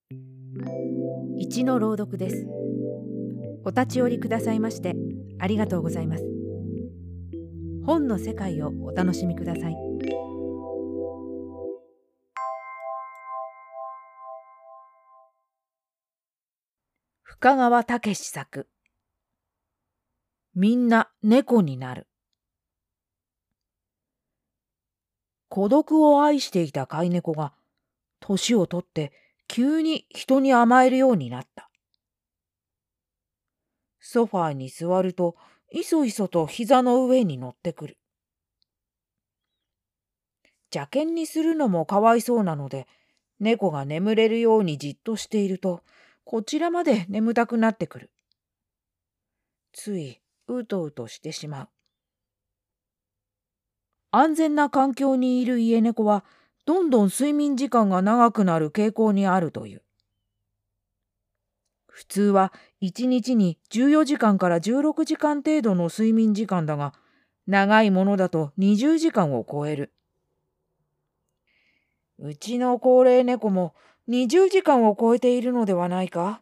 一の朗読です。お立ち寄りくださいましてありがとうございます。本の世界をお楽しみください。深川武史作、みんな猫になる。孤独を愛していた飼い猫が年をとって急に人に甘えるようになった。ソファーに座るといそいそと膝の上に乗ってくる。邪険にするのもかわいそうなので、猫が眠れるようにじっとしているとこちらまで眠たくなってくる。ついうとうとしてしまう。安全な環境にいる家猫はどんどん睡眠時間が長くなる傾向にあるという。普通は1日に14時間から16時間程度の睡眠時間だが、長いものだと20時間を超える。うちの高齢猫も20時間を超えているのではないか。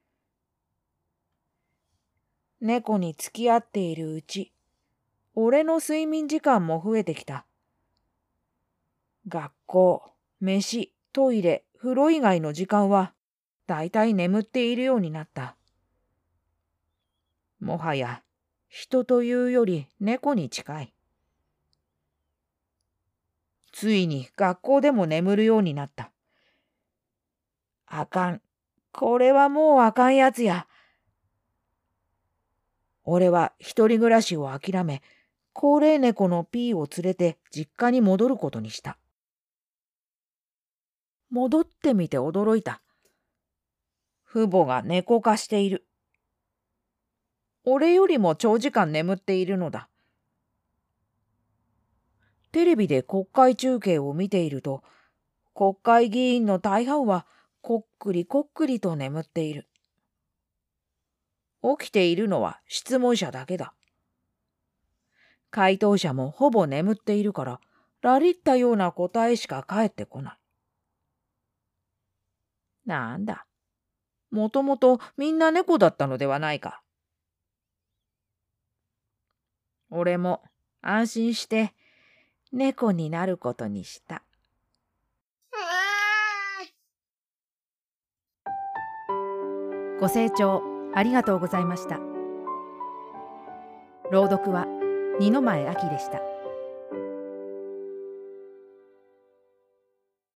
猫に付き合っているうち、俺の睡眠時間も増えてきた。学校、飯、トイレ、風呂以外の時間はだいたい眠っているようになった。もはや人というより猫に近い。ついに学校でも眠るようになった。あかん。これはもうあかんやつや。俺は一人暮らしを諦め、高齢猫のピーを連れて実家に戻ることにした。戻ってみて驚いた。父母が猫化している。俺よりも長時間眠っているのだ。テレビで国会中継を見ていると、国会議員の大半はこっくりこっくりと眠っている。起きているのは質問者だけだ。回答者もほぼ眠っているから、ラリったような答えしか返ってこない。なんだ。もともとみんな猫だったのではないか。俺も安心して猫になることにした。ご清聴ありがとうございました。朗読は二の前あきでした。